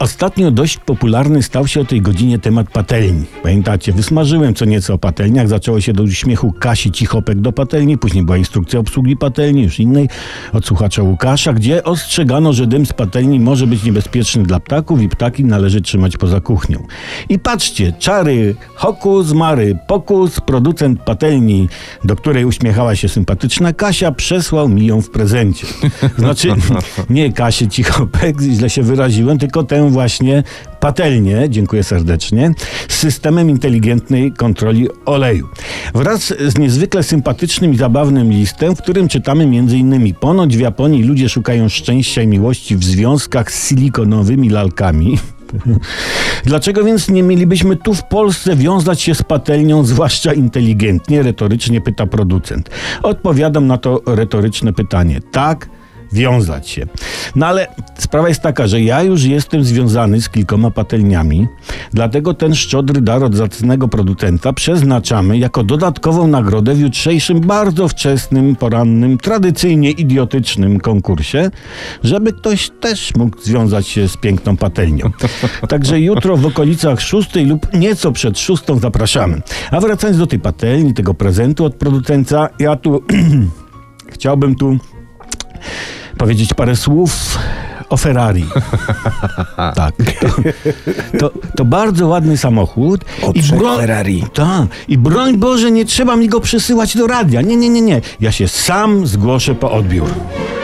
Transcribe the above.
Ostatnio dość popularny stał się o tej godzinie temat patelni. Pamiętacie, wysmażyłem co nieco o patelniach, zaczęło się do uśmiechu Kasi Cichopek do patelni, później była instrukcja obsługi patelni, już innej, od słuchacza Łukasza, gdzie ostrzegano, że dym z patelni może być niebezpieczny dla ptaków i ptaki należy trzymać poza kuchnią. I patrzcie, czary, hokus, mary, pokus, producent patelni, do której uśmiechała się sympatyczna Kasia, przesłał mi ją w prezencie. Znaczy, nie Kasię Cichopek, źle się wyraziłem, tylko tę właśnie patelnię, dziękuję serdecznie, z systemem inteligentnej kontroli oleju. Wraz z niezwykle sympatycznym i zabawnym listem, w którym czytamy m.in. ponoć w Japonii ludzie szukają szczęścia i miłości w związkach z silikonowymi lalkami. Dlaczego więc nie mielibyśmy tu w Polsce wiązać się z patelnią, zwłaszcza inteligentnie, retorycznie pyta producent. Odpowiadam na to retoryczne pytanie. Tak, wiązać się. No ale sprawa jest taka, że ja już jestem związany z kilkoma patelniami, dlatego ten szczodry dar od zacnego producenta przeznaczamy jako dodatkową nagrodę w jutrzejszym bardzo wczesnym, porannym, tradycyjnie idiotycznym konkursie, żeby ktoś też mógł związać się z piękną patelnią. Także jutro w okolicach 6 lub nieco przed 6 zapraszamy. A wracając do tej patelni, tego prezentu od producenta, ja tu chciałbym powiedzieć parę słów o Ferrari. Tak. To bardzo ładny samochód. Ferrari. Tak. I broń Boże, nie trzeba mi go przesyłać do radia. Nie. Ja się sam zgłoszę po odbiór.